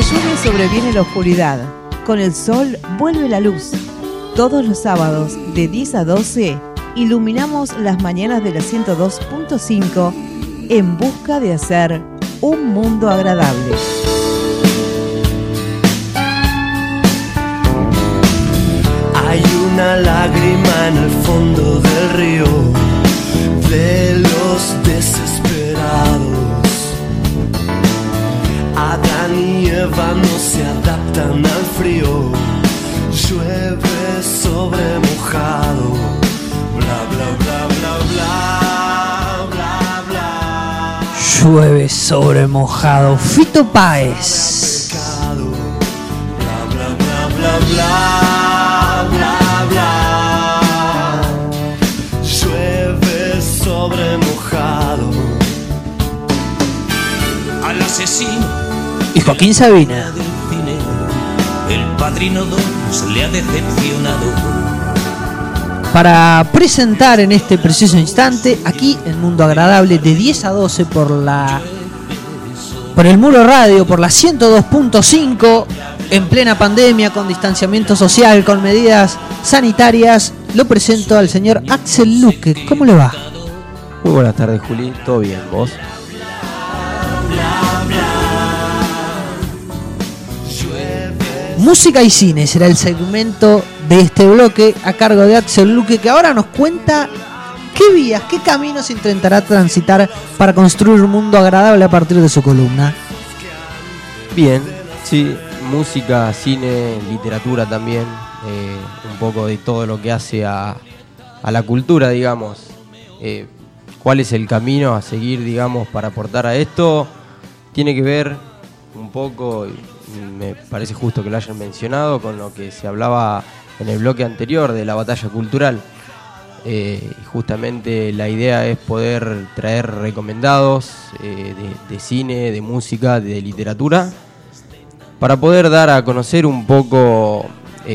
lluvia sobreviene la oscuridad. Con el sol vuelve la luz. Todos los sábados de 10 a 12 iluminamos las mañanas de la 102.5 en busca de hacer un mundo agradable. Hay una lágrima en el fondo del río de los desesperados. Adán y Eva no se adaptan al frío. Llueve sobre mojado. Bla bla bla bla bla bla bla. Llueve sobre mojado. Fito Páez. Bla bla bla bla bla bla bla. Llueve sobre mojado. Al asesino Y Joaquín Sabina. del cine, el Padrino 2 le ha decepcionado. Para presentar en este preciso instante, aquí en Mundo Agradable, de 10 a 12 por el Muro Radio, por la 102.5, en plena pandemia, con distanciamiento social, con medidas sanitarias, lo presento al señor Axel Luque. ¿Cómo le va? Muy buenas tardes, Juli. ¿Todo bien? ¿Vos? Música y cine será el segmento de este bloque a cargo de Axel Luque, que ahora nos cuenta qué vías, qué caminos intentará transitar para construir un mundo agradable a partir de su columna. Bien, sí, música, cine, literatura también, un poco de todo lo que hace a la cultura, digamos. ¿Cuál es el camino a seguir, digamos, para aportar a esto? Tiene que ver un poco, me parece justo que lo hayan mencionado, con lo que se hablaba en el bloque anterior de la batalla cultural. Justamente la idea es poder traer recomendados de cine, de música, de literatura, para poder dar a conocer un poco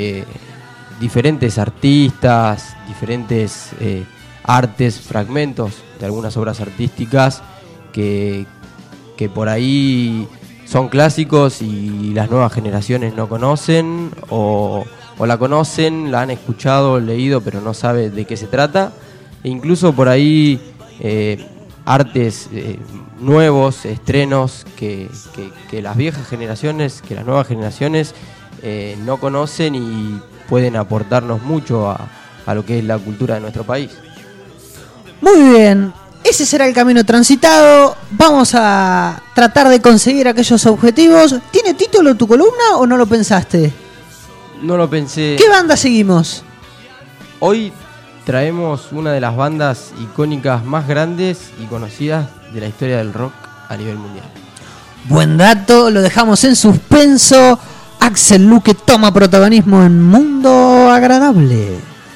diferentes artistas, diferentes artes, fragmentos de algunas obras artísticas que por ahí son clásicos y las nuevas generaciones no conocen o la conocen, la han escuchado, leído, pero no sabe de qué se trata. E incluso por ahí artes nuevos, estrenos que las viejas generaciones, que las nuevas generaciones no conocen y pueden aportarnos mucho a lo que es la cultura de nuestro país. Muy bien, ese será el camino transitado. Vamos a tratar de conseguir aquellos objetivos. ¿Tiene título tu columna o no lo pensaste? No lo pensé. ¿Qué banda seguimos? Hoy traemos una de las bandas icónicas más grandes y conocidas de la historia del rock a nivel mundial. Buen dato, lo dejamos en suspenso. Axel Luque toma protagonismo en Mundo Agradable.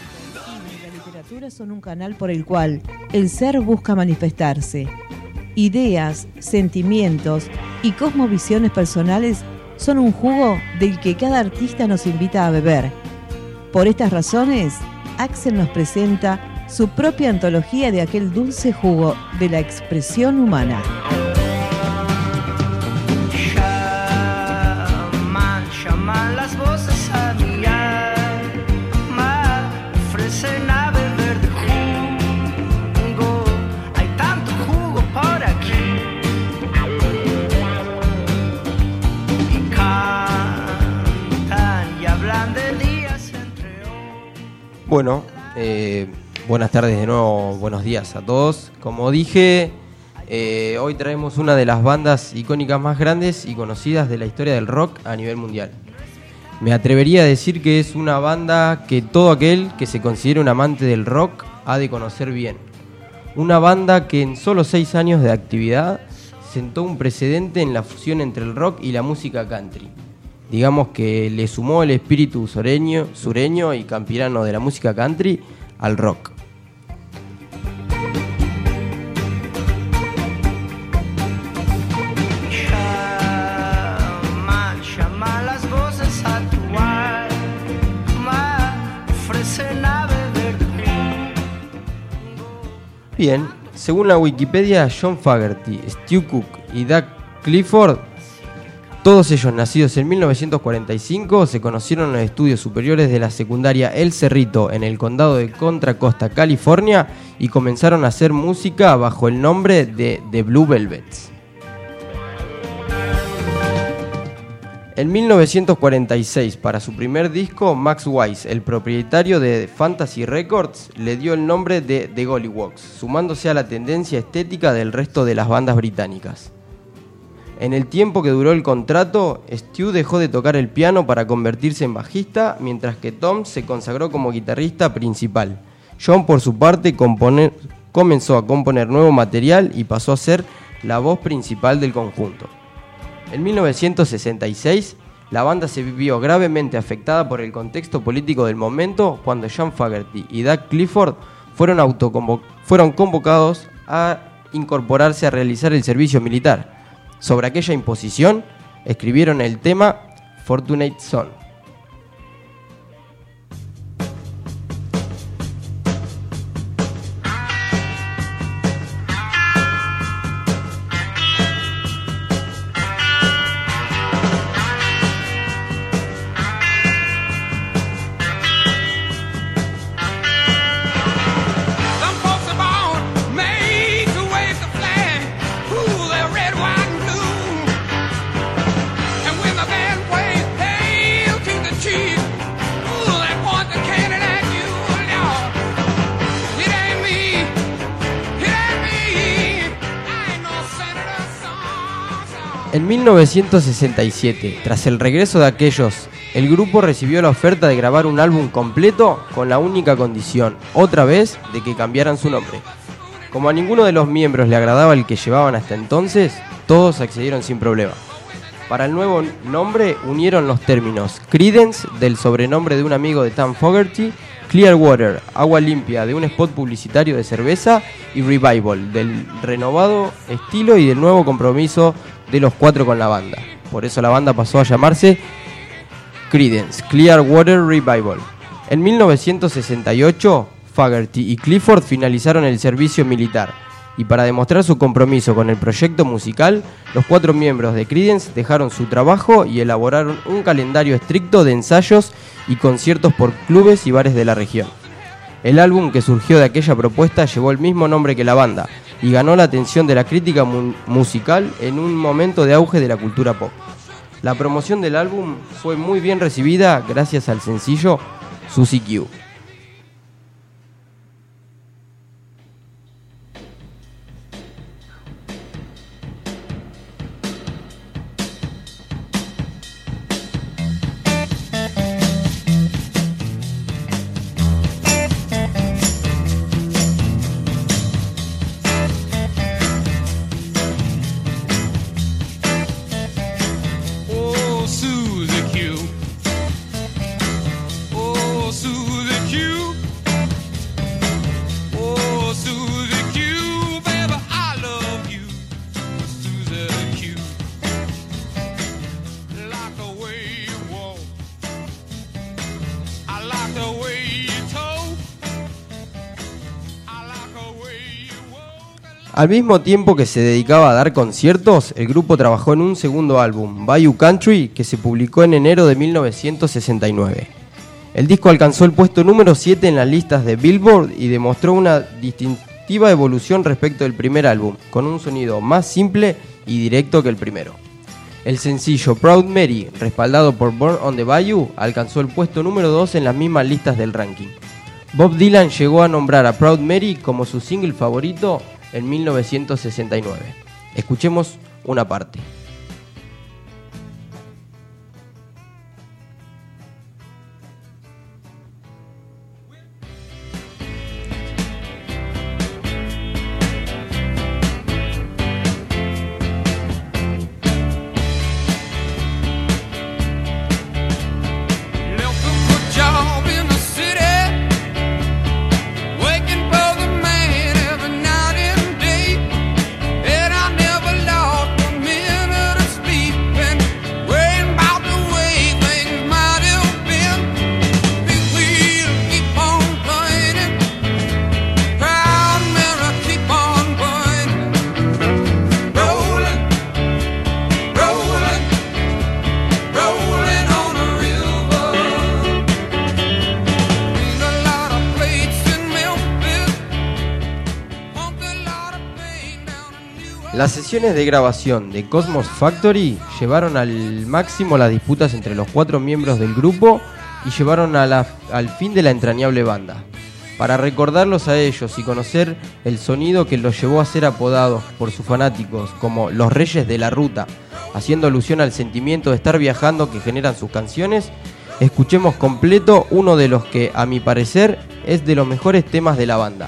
La literatura son un canal por el cual el ser busca manifestarse. Ideas, sentimientos y cosmovisiones personales son un jugo del que cada artista nos invita a beber. Por estas razones, Axel nos presenta su propia antología de aquel dulce jugo de la expresión humana. Llaman las voces a mi alma, ofrecen a beber de jugo. Hay tanto jugo por aquí. Y cantan y hablan de días entre hoy. Bueno, buenas tardes de nuevo, buenos días a todos. Como dije, hoy traemos una de las bandas icónicas más grandes y conocidas de la historia del rock a nivel mundial. Me atrevería a decir que es una banda que todo aquel que se considere un amante del rock ha de conocer bien. Una banda que en solo 6 años de actividad sentó un precedente en la fusión entre el rock y la música country. Digamos que le sumó el espíritu sureño y campirano de la música country al rock. Llaman las voces a tu alma, ofrecen a beber de jugo. Bien, según la Wikipedia, John Fogerty, Stu Cook y Doug Clifford Todos ellos nacidos en 1945 se conocieron en los estudios superiores de la secundaria El Cerrito en el condado de Contra Costa, California, y comenzaron a hacer música bajo el nombre de The Blue Velvets. En 1946, para su primer disco, Max Wise, el propietario de Fantasy Records, le dio el nombre de The Golliwogs, sumándose a la tendencia estética del resto de las bandas británicas. En el tiempo que duró el contrato, Stu dejó de tocar el piano para convertirse en bajista, mientras que Tom se consagró como guitarrista principal. John, por su parte, comenzó a componer nuevo material y pasó a ser la voz principal del conjunto. En 1966, la banda se vio gravemente afectada por el contexto político del momento cuando John Fogerty y Doug Clifford fueron convocados a incorporarse a realizar el servicio militar. Sobre aquella imposición, escribieron el tema Fortunate Son. En 1967, tras el regreso de aquellos, el grupo recibió la oferta de grabar un álbum completo con la única condición, otra vez, de que cambiaran su nombre. Como a ninguno de los miembros le agradaba el que llevaban hasta entonces, todos accedieron sin problema. Para el nuevo nombre unieron los términos Creedence, del sobrenombre de un amigo de Tom Fogerty, Clearwater, agua limpia, de un spot publicitario de cerveza, y Revival, del renovado estilo y del nuevo compromiso de los cuatro con la banda. Por eso la banda pasó a llamarse Creedence Clearwater Revival. En 1968, Fogerty y Clifford finalizaron el servicio militar, y para demostrar su compromiso con el proyecto musical, los cuatro miembros de Creedence dejaron su trabajo y elaboraron un calendario estricto de ensayos y conciertos por clubes y bares de la región. El álbum que surgió de aquella propuesta llevó el mismo nombre que la banda y ganó la atención de la crítica musical en un momento de auge de la cultura pop. La promoción del álbum fue muy bien recibida gracias al sencillo Susie Q. Al mismo tiempo que se dedicaba a dar conciertos, el grupo trabajó en un segundo álbum, Bayou Country, que se publicó en enero de 1969. El disco alcanzó el puesto número 7 en las listas de Billboard y demostró una distintiva evolución respecto del primer álbum, con un sonido más simple y directo que el primero. El sencillo Proud Mary, respaldado por Born on the Bayou, alcanzó el puesto número 2 en las mismas listas del ranking. Bob Dylan llegó a nombrar a Proud Mary como su single favorito en 1969. Escuchemos una parte. Minute Las sesiones de grabación de Cosmos Factory llevaron al máximo las disputas entre los 4 miembros del grupo y llevaron al fin de la entrañable banda. Para recordarlos a ellos y conocer el sonido que los llevó a ser apodados por sus fanáticos como los Reyes de la Ruta, haciendo alusión al sentimiento de estar viajando que generan sus canciones, escuchemos completo uno de los que, a mi parecer, es de los mejores temas de la banda.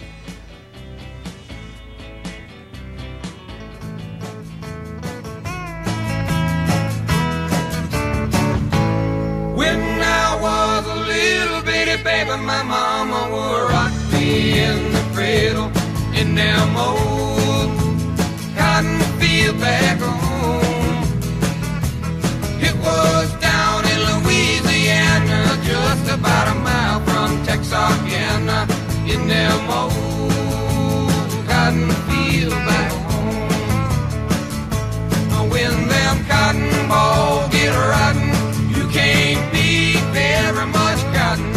My mama would rock me in the cradle in them old cotton field back home. It was down in Louisiana, just about a mile from Texarkana, in them old cotton field back home. When them cotton balls get rotten, you can't beat very much cotton.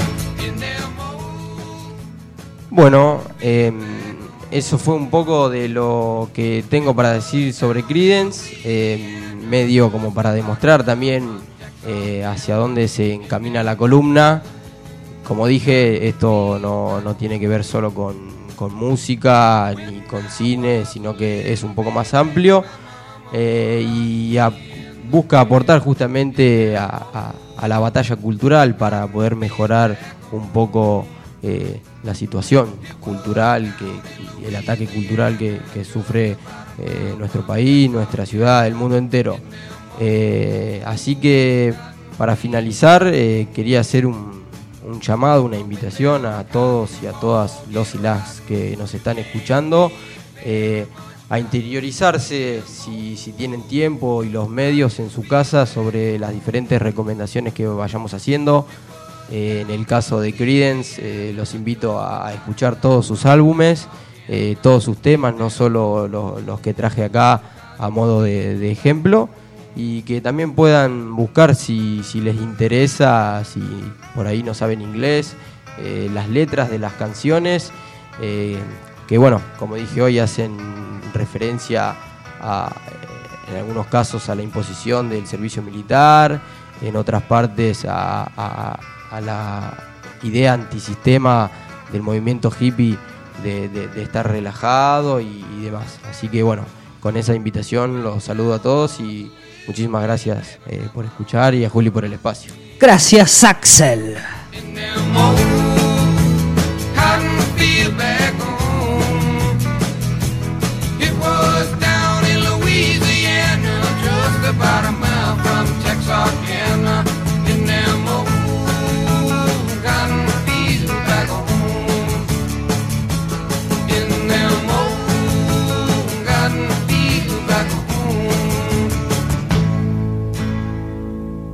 Bueno, eso fue un poco de lo que tengo para decir sobre Creedence, medio como para demostrar también hacia dónde se encamina la columna. Como dije, esto no tiene que ver solo con música ni con cine, sino que es un poco más amplio y busca aportar justamente a la batalla cultural para poder mejorar un poco la situación cultural y el ataque cultural que sufre nuestro país, nuestra ciudad, el mundo entero. Así que para finalizar quería hacer un llamado, una invitación a todos y a todas los y las que nos están escuchando a interiorizarse si tienen tiempo y los medios en su casa sobre las diferentes recomendaciones que vayamos haciendo. En el caso de Creedence, los invito a escuchar todos sus álbumes, todos sus temas, no solo los que traje acá a modo de ejemplo, y que también puedan buscar si les interesa, si por ahí no saben inglés, las letras de las canciones, que bueno, como dije hoy, hacen referencia en algunos casos a la imposición del servicio militar, en otras partes a la idea antisistema del movimiento hippie de estar relajado y demás. Así que bueno, con esa invitación los saludo a todos y muchísimas gracias por escuchar y a Juli por el espacio. Gracias, Axel.